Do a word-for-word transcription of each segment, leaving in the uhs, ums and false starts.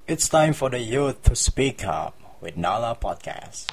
It's time for the youth to speak up with Nala Podcast.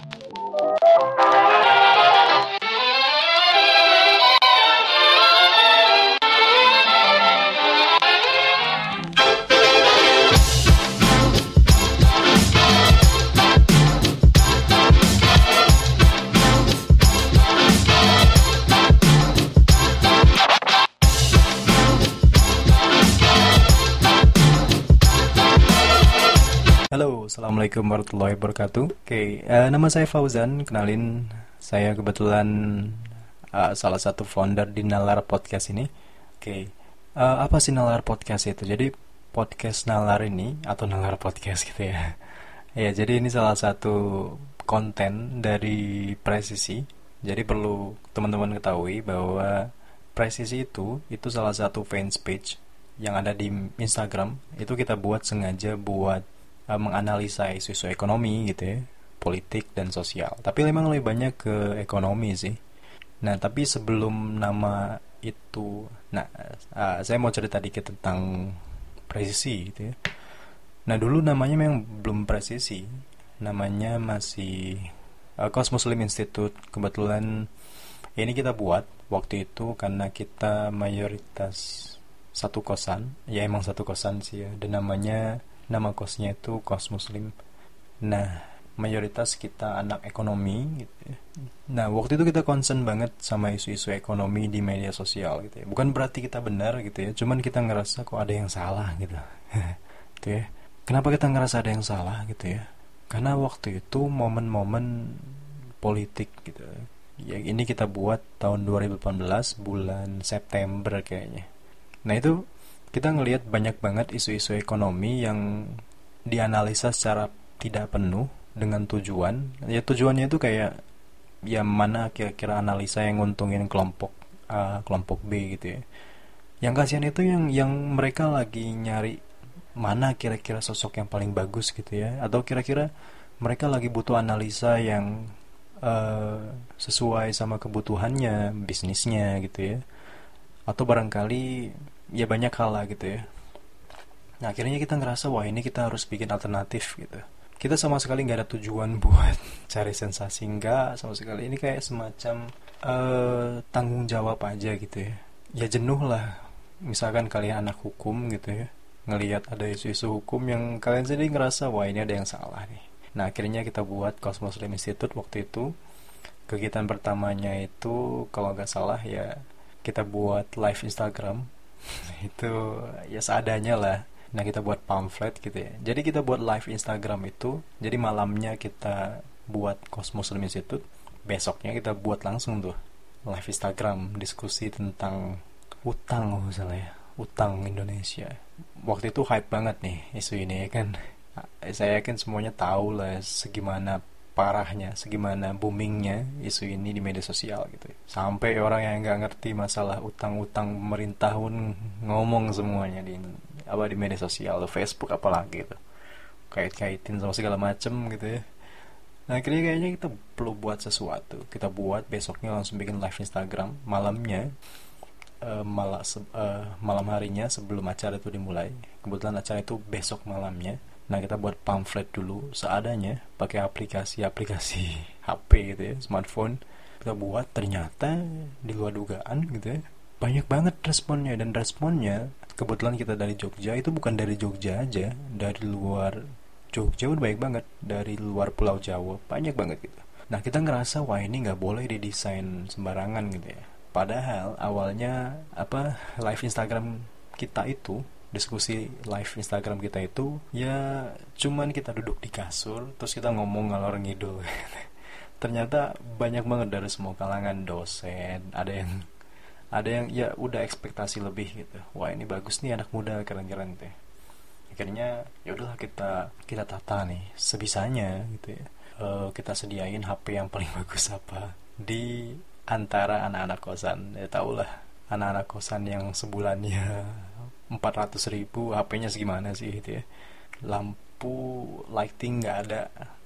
Halo, Assalamualaikum warahmatullahi wabarakatuh. Oke, uh, nama saya Fauzan. Kenalin, saya kebetulan uh, salah satu founder di Nalar Podcast ini. Oke, uh, apa sih Nalar Podcast itu? Jadi podcast Nalar ini atau Nalar Podcast gitu ya. Ya, jadi ini salah satu konten dari Presisi. Jadi perlu teman-teman ketahui bahwa Presisi itu itu salah satu fanpage yang ada di Instagram. Itu kita buat sengaja buat uh, menganalisa isu-isu ekonomi gitu ya, politik dan sosial. Tapi memang lebih banyak ke ekonomi sih. Nah, tapi sebelum nama itu, nah uh, saya mau cerita dikit tentang Presisi gitu ya. Nah, dulu namanya memang belum Presisi, namanya masih uh, Cos Muslim Institute. Kebetulan ini kita buat waktu itu karena kita mayoritas satu kosan, ya emang satu kosan sih ya, dan namanya nama kosnya itu Kos Muslim. Nah, mayoritas kita anak ekonomi gitu ya. Nah, waktu itu kita concern banget sama isu-isu ekonomi di media sosial gitu ya. Bukan berarti kita benar gitu ya, cuman kita ngerasa kok ada yang salah gitu. Gitu ya. Kenapa kita ngerasa ada yang salah gitu ya? Karena waktu itu momen-momen politik gitu. Ya, ini kita buat tahun dua ribu delapan belas bulan September kayaknya. Nah, itu kita ngelihat banyak banget isu-isu ekonomi yang dianalisa secara tidak penuh dengan tujuan. Ya tujuannya itu kayak ya mana kira-kira analisa yang nguntungin kelompok A, kelompok B gitu ya. Yang kasihan itu yang yang mereka lagi nyari mana kira-kira sosok yang paling bagus gitu ya, atau kira-kira mereka lagi butuh analisa yang uh, sesuai sama kebutuhannya, bisnisnya gitu ya. Atau barangkali ya banyak hal lah gitu ya. Nah, akhirnya kita ngerasa wah ini kita harus bikin alternatif gitu. Kita sama sekali nggak ada tujuan buat cari sensasi, nggak sama sekali. Ini kayak semacam uh, tanggung jawab aja gitu ya. Ya jenuh lah. Misalkan kalian anak hukum gitu ya, ngelihat ada isu-isu hukum yang kalian sendiri ngerasa wah ini ada yang salah nih. Nah, akhirnya kita buat Cos Muslim Institute waktu itu. Kegiatan pertamanya itu kalau nggak salah ya kita buat live Instagram. Itu ya seadanya lah. Nah, kita buat pamflet gitu ya. Jadi kita buat live Instagram itu, jadi malamnya kita buat Cos Muslim Institute, besoknya kita buat langsung tuh live Instagram diskusi tentang utang misalnya ya, utang Indonesia. Waktu itu hype banget nih isu ini ya kan. Saya yakin semuanya tahu lah segimana parahnya, segimana boomingnya isu ini di media sosial gitu. Sampai orang yang nggak ngerti masalah utang-utang pemerintah pun ngomong semuanya di apa di media sosial, Facebook apalagi gitu, kait-kaitin sama segala macem gitu ya. Nah, akhirnya kayaknya kita perlu buat sesuatu. Kita buat besoknya langsung bikin live Instagram malamnya, uh, malah se- uh, malam harinya sebelum acara itu dimulai. Kebetulan acara itu besok malamnya. Nah, kita buat pamflet dulu seadanya pakai aplikasi-aplikasi H P gitu ya, smartphone. Kita buat, ternyata di luar dugaan gitu ya, banyak banget responnya. Dan responnya kebetulan kita dari Jogja, itu bukan dari Jogja aja, dari luar Jogja udah banyak banget, dari luar Pulau Jawa banyak banget gitu. Nah, kita ngerasa wah ini nggak boleh didesain sembarangan gitu ya. Padahal awalnya apa live Instagram kita itu, diskusi live Instagram kita itu ya cuman kita duduk di kasur terus kita ngomong ngalor ngidul. Ternyata banyak banget dari semua kalangan, dosen, ada yang ada yang ya udah ekspektasi lebih gitu. Wah ini bagus nih anak muda, keren-keren teh. Akhirnya ya udahlah kita kita tata nih sebisanya gitu ya. E, kita sediain H P yang paling bagus apa di antara anak-anak kosan. Ya tau lah anak-anak kosan yang sebulannya empat ratus ribu, H P-nya segimana sih gitu ya. Lampu lighting nggak ada.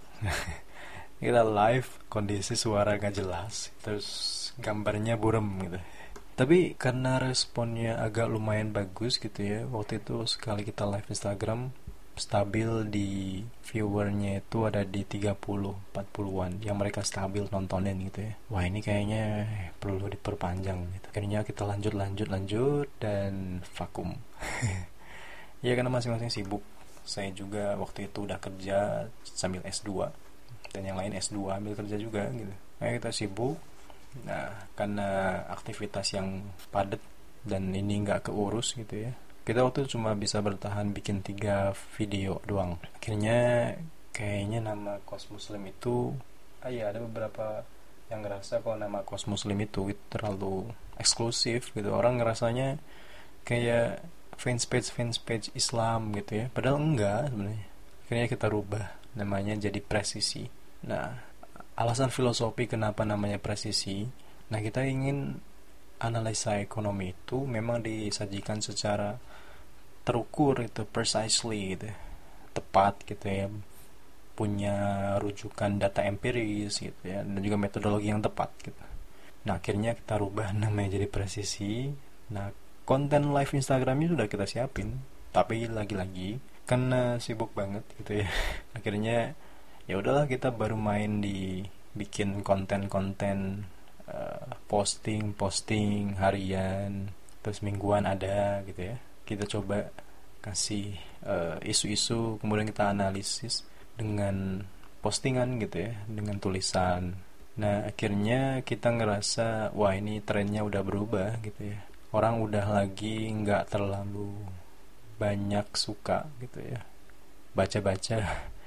Kita live, kondisi suara nggak jelas, terus gambarnya buram gitu. Tapi karena responnya agak lumayan bagus gitu ya, waktu itu sekali kita live Instagram stabil di viewernya itu ada di tiga puluh empat puluhan yang mereka stabil nontonin gitu ya. Wah, ini kayaknya perlu diperpanjang gitu. Akhirnya kita lanjut lanjut lanjut dan vakum. Ya karena masing-masing sibuk. Saya juga waktu itu udah kerja sambil S dua dan yang lain S dua ambil kerja juga gitu. Kayak kita sibuk. Nah, karena aktivitas yang padat dan ini nggak keurus gitu ya, kita waktu itu cuma bisa bertahan bikin tiga video doang. Akhirnya kayaknya nama Kos Muslim itu, ah ya ada beberapa yang ngerasa kalau nama Kos Muslim itu, itu terlalu eksklusif gitu. Orang ngerasanya kayak fans page fans page Islam gitu ya. Padahal enggak sebenarnya. Akhirnya kita rubah namanya jadi Presisi. Nah, alasan filosofi kenapa namanya Presisi, nah kita ingin analisa ekonomi itu memang disajikan secara terukur itu, precisely gitu, tepat gitu ya, punya rujukan data empiris gitu ya, dan juga metodologi yang tepat gitu. Nah akhirnya kita rubah namanya jadi Presisi. Nah konten live Instagramnya sudah kita siapin, tapi lagi-lagi karena sibuk banget gitu ya, akhirnya ya udahlah kita baru main di bikin konten-konten uh, posting posting harian, terus mingguan ada gitu ya. Kita coba kasih uh, isu-isu, kemudian kita analisis dengan postingan gitu ya, dengan tulisan. Nah akhirnya kita ngerasa wah ini trennya udah berubah gitu ya. Orang udah lagi nggak terlalu banyak suka gitu ya baca-baca.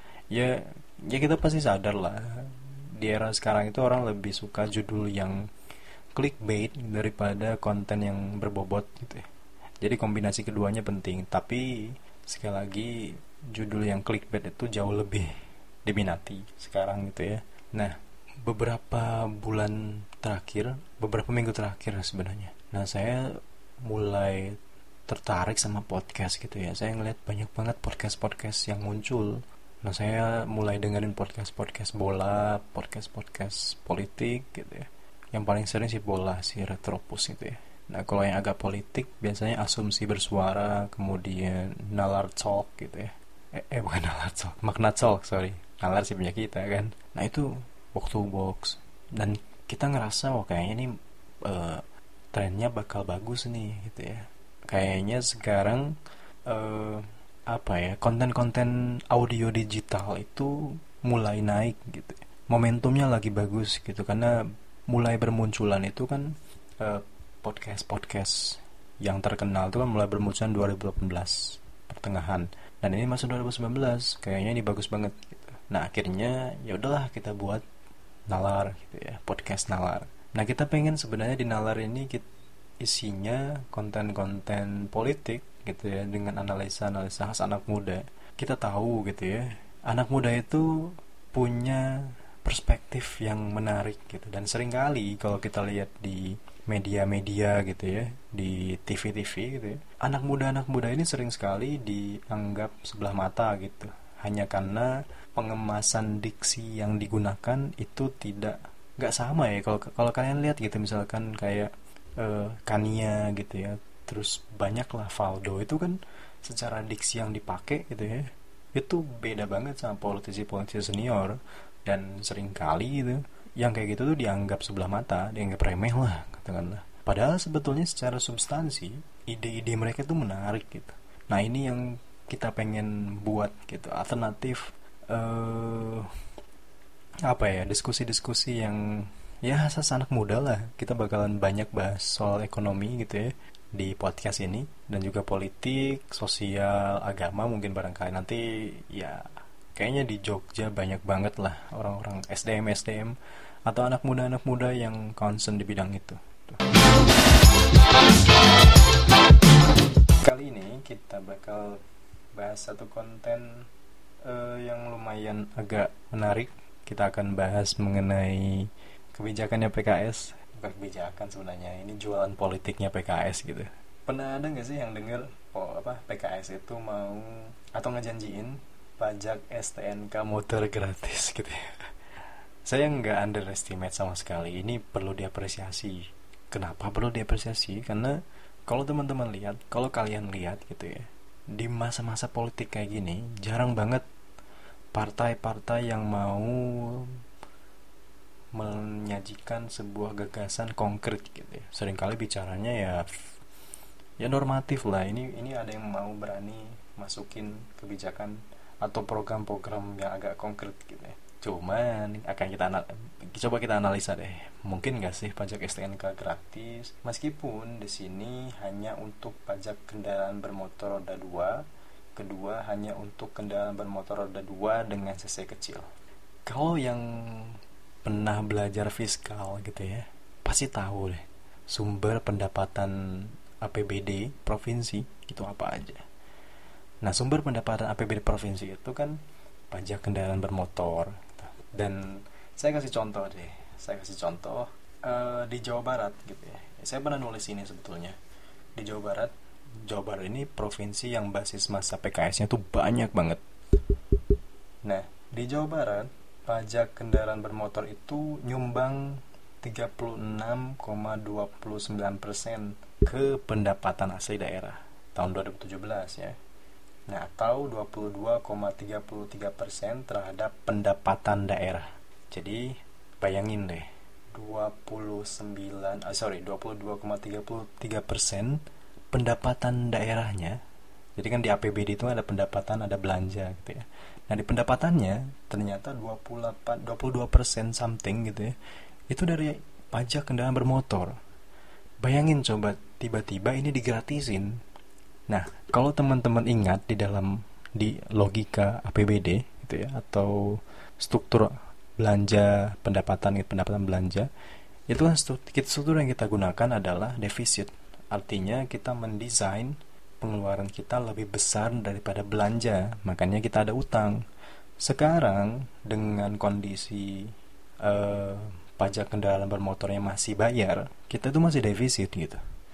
ya ya kita pasti sadar lah, di era sekarang itu orang lebih suka judul yang clickbait daripada konten yang berbobot gitu ya. Jadi kombinasi keduanya penting, tapi sekali lagi judul yang clickbait itu jauh lebih diminati sekarang gitu ya. Nah beberapa bulan terakhir, beberapa minggu terakhir sebenarnya, nah saya mulai tertarik sama podcast gitu ya. Saya ngeliat banyak banget podcast-podcast yang muncul. Nah saya mulai dengerin podcast-podcast bola, podcast-podcast politik gitu ya. Yang paling sering sih bola, si Retropus gitu ya. Nah kalau yang agak politik biasanya Asumsi Bersuara, kemudian Nalar Talk gitu ya. Eh, eh bukan Nalar Talk, Makna Talk, sorry. Nalar sih punya kita kan. Nah itu Box to Box. Dan kita ngerasa wah kayaknya nih uh, trennya bakal bagus nih gitu ya. Kayaknya sekarang uh, apa ya, konten-konten audio digital itu mulai naik gitu. Momentumnya lagi bagus gitu karena mulai bermunculan itu kan uh, podcast-podcast yang terkenal itu kan mulai bermunculan dua ribu delapan belas pertengahan, dan ini masuk dua ribu sembilan belas, kayaknya ini bagus banget gitu. Nah akhirnya ya udahlah kita buat Nalar gitu ya, podcast Nalar. Nah kita pengen sebenarnya di Nalar ini kita, isinya konten-konten politik gitu ya, dengan analisa-analisa khas anak muda. Kita tahu gitu ya, anak muda itu punya perspektif yang menarik gitu, dan seringkali kalau kita lihat di media-media gitu ya, di T V-T V gitu ya, anak muda-anak muda ini sering sekali dianggap sebelah mata gitu, hanya karena pengemasan diksi yang digunakan itu tidak nggak sama ya. Kalau kalau kalian lihat gitu, misalkan kayak uh, Kania gitu ya, terus banyak lah Valdo, itu kan secara diksi yang dipakai gitu ya, itu beda banget sama politisi-politisi senior, dan sering kali gitu yang kayak gitu tuh dianggap sebelah mata, dianggap remeh lah katakanlah. Padahal sebetulnya secara substansi ide-ide mereka tuh menarik gitu. Nah ini yang kita pengen buat gitu, alternatif uh, apa ya, diskusi-diskusi yang ya asas anak muda lah. Kita bakalan banyak bahas soal ekonomi gitu ya di podcast ini, dan juga politik, sosial, agama mungkin barangkali nanti ya. Kayaknya di Jogja banyak banget lah orang-orang S D M S D M atau anak muda-anak muda yang concern di bidang itu. Kali ini kita bakal bahas satu konten uh, yang lumayan agak menarik. Kita akan bahas mengenai kebijakannya P K S. Bukan kebijakan sebenarnya, ini jualan politiknya P K S gitu. Pernah ada nggak sih yang dengar oh apa P K S itu mau atau ngejanjiin pajak S T N K motor gratis gitu ya? Saya nggak underestimate sama sekali. Ini perlu diapresiasi. Kenapa perlu diapresiasi? Karena kalau teman-teman lihat, kalau kalian lihat gitu ya, di masa-masa politik kayak gini jarang banget partai-partai yang mau menyajikan sebuah gagasan konkret gitu ya. Seringkali bicaranya ya ya normatif lah. Ini ini ada yang mau berani masukin kebijakan atau program-program yang agak konkret gitu ya. Cuman akan kita coba kita analisa deh. Mungkin nggak sih pajak S T N K gratis? Meskipun di sini hanya untuk pajak kendaraan bermotor roda dua, kedua hanya untuk kendaraan bermotor roda dua dengan cc kecil. Kalau yang pernah belajar fiskal gitu ya, pasti tahu deh sumber pendapatan A P B D provinsi itu apa aja. Nah, sumber pendapatan A P B D provinsi itu kan pajak kendaraan bermotor. Dan saya kasih contoh deh, saya kasih contoh uh, di Jawa Barat gitu ya. Saya pernah nulis ini sebetulnya. Di Jawa Barat, Jawa Barat ini provinsi yang basis massa P K S-nya tuh banyak banget. Nah, di Jawa Barat pajak kendaraan bermotor itu nyumbang tiga puluh enam koma dua sembilan persen ke pendapatan asli daerah tahun dua ribu tujuh belas ya. Nah, atau dua puluh dua koma tiga tiga persen terhadap pendapatan daerah. Jadi, bayangin deh, dua puluh sembilan ah, sorry, dua puluh dua koma tiga tiga persen pendapatan daerahnya. Jadi kan di A P B D itu ada pendapatan, ada belanja gitu ya. Nah, di pendapatannya ternyata dua puluh delapan, dua puluh dua persen something gitu ya. Itu dari pajak kendaraan bermotor. Bayangin coba, tiba-tiba ini digratisin. Nah, kalau teman-teman ingat di dalam di logika A P B D gitu ya, atau struktur belanja pendapatan pendapatan belanja, itu kan struktur yang kita gunakan adalah defisit. Artinya kita mendesain pengeluaran kita lebih besar daripada belanja, makanya kita ada utang. Sekarang dengan kondisi eh, pajak kendaraan bermotornya masih bayar, kita tuh masih defisit gitu.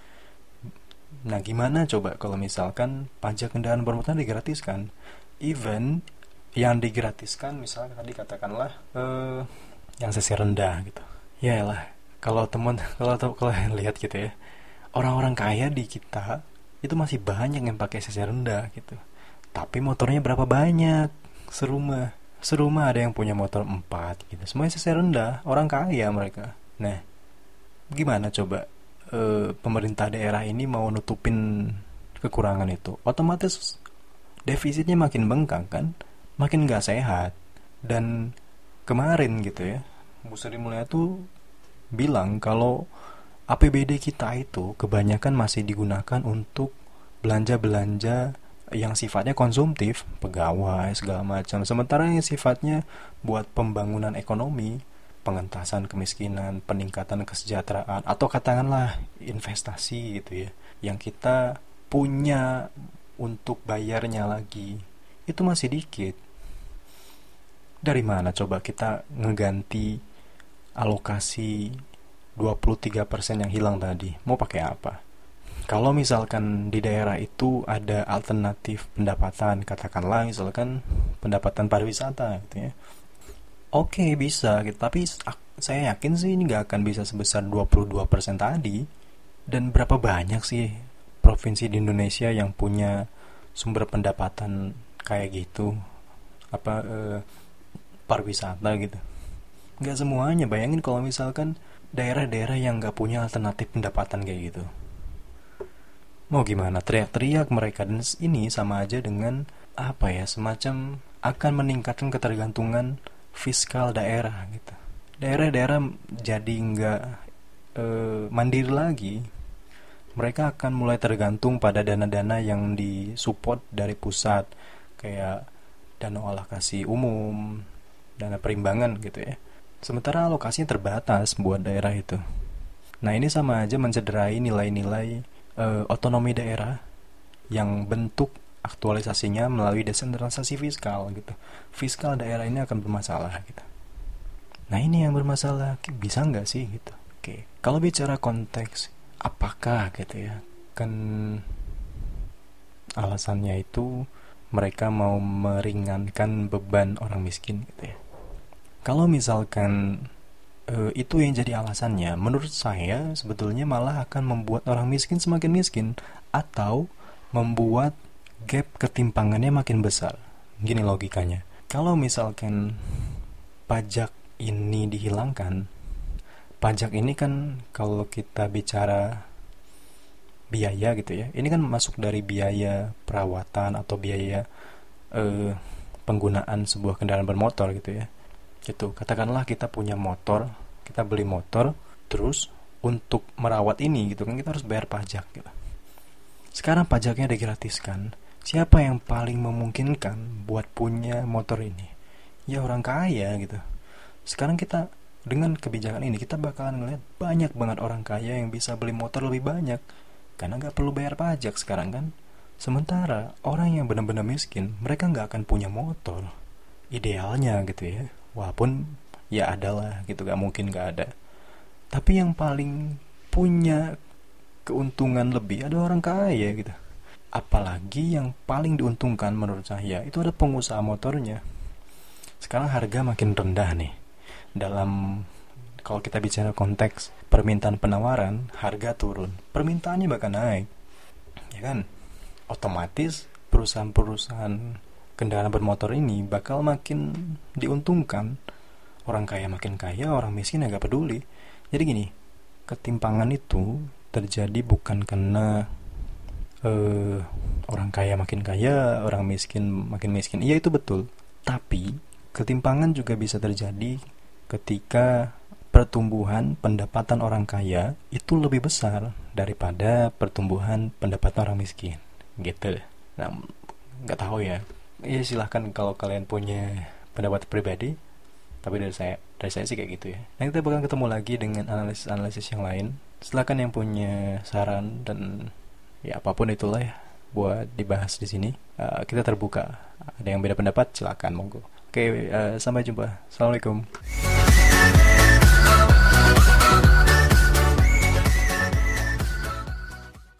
Nah, gimana coba kalau misalkan pajak kendaraan bermotor digratiskan? Even yang digratiskan misalnya tadi katakanlah eh, yang cc rendah gitu. Yaelah, kalau teman kalau kalau lihat gitu ya, orang-orang kaya di kita itu masih banyak yang pakai cc rendah gitu. Tapi motornya berapa banyak? Serumah. Serumah ada yang punya motor empat gitu. Semuanya cc rendah, orang kaya mereka. Nah, gimana coba e, pemerintah daerah ini mau nutupin kekurangan itu? Otomatis defisitnya makin bengkak kan? Makin gak sehat. Dan kemarin gitu ya, Bu Sri Mulyani tuh bilang kalau A P B D kita itu kebanyakan masih digunakan untuk belanja-belanja yang sifatnya konsumtif, pegawai segala macam. Sementara yang sifatnya buat pembangunan ekonomi, pengentasan kemiskinan, peningkatan kesejahteraan, atau katakanlah investasi gitu ya, yang kita punya untuk bayarnya lagi, itu masih dikit. Dari mana coba kita ngeganti alokasi dua puluh tiga persen yang hilang tadi? Mau pakai apa? Kalau misalkan di daerah itu ada alternatif pendapatan, katakanlah misalkan pendapatan pariwisata gitu ya. Oke, bisa gitu, tapi saya yakin sih ini gak akan bisa sebesar dua puluh dua persen tadi. Dan berapa banyak sih provinsi di Indonesia yang punya sumber pendapatan kayak gitu? Apa eh, pariwisata gitu. Gak semuanya. Bayangin kalau misalkan daerah-daerah yang gak punya alternatif pendapatan kayak gitu. Mau gimana? Teriak-teriak mereka. Dan ini sama aja dengan apa ya, semacam akan meningkatkan ketergantungan fiskal daerah gitu. Daerah-daerah jadi nggak e, mandiri lagi. Mereka akan mulai tergantung pada dana-dana yang disupport dari pusat, kayak dana olah kasih umum, dana perimbangan gitu ya. Sementara alokasinya terbatas buat daerah itu. Nah, ini sama aja mencederai nilai-nilai e, otonomi daerah yang bentuk aktualisasinya melalui desentralisasi fiskal gitu. Fiskal daerah ini akan bermasalah gitu. Nah, ini yang bermasalah. Bisa nggak sih gitu? Oke. Kalau bicara konteks apakah gitu ya, kan alasannya itu mereka mau meringankan beban orang miskin gitu ya. Kalau misalkan e, itu yang jadi alasannya, menurut saya sebetulnya malah akan membuat orang miskin semakin miskin, atau membuat gap ketimpangannya makin besar. Gini logikanya. Kalau misalkan pajak ini dihilangkan, pajak ini kan kalau kita bicara biaya gitu ya, ini kan masuk dari biaya perawatan atau biaya eh, penggunaan sebuah kendaraan bermotor gitu ya. Gitu, katakanlah kita punya motor, kita beli motor, terus untuk merawat ini gitu kan kita harus bayar pajak gitu. Sekarang pajaknya digratiskan. Siapa yang paling memungkinkan buat punya motor ini? Ya orang kaya gitu. Sekarang kita dengan kebijakan ini kita bakalan ngeliat banyak banget orang kaya yang bisa beli motor lebih banyak karena nggak perlu bayar pajak sekarang kan. Sementara orang yang benar-benar miskin, mereka nggak akan punya motor. Idealnya gitu ya. Walaupun ya adalah gitu, nggak mungkin nggak ada. Tapi yang paling punya keuntungan lebih ada orang kaya gitu. Apalagi yang paling diuntungkan menurut saya itu ada pengusaha motornya. Sekarang harga makin rendah nih. Dalam kalau kita bicara konteks permintaan penawaran, harga turun, permintaannya bakal naik. Ya kan? Otomatis perusahaan-perusahaan kendaraan bermotor ini bakal makin diuntungkan. Orang kaya makin kaya, orang miskin agak peduli. Jadi gini, ketimpangan itu terjadi bukan karena uh, orang kaya makin kaya, orang miskin makin miskin. Iya itu betul. Tapi ketimpangan juga bisa terjadi ketika pertumbuhan pendapatan orang kaya itu lebih besar daripada pertumbuhan pendapatan orang miskin. Gitu. Nah, nggak tahu ya. Ya silahkan kalau kalian punya pendapat pribadi. Tapi dari saya, dari saya sih kayak gitu ya. Nah kita bakal ketemu lagi dengan analisis-analisis yang lain. Silakan yang punya saran dan ya apapun itulah ya buat dibahas di sini. Uh, kita terbuka. Ada yang beda pendapat, silakan monggo. Oke, uh, sampai jumpa. Assalamualaikum.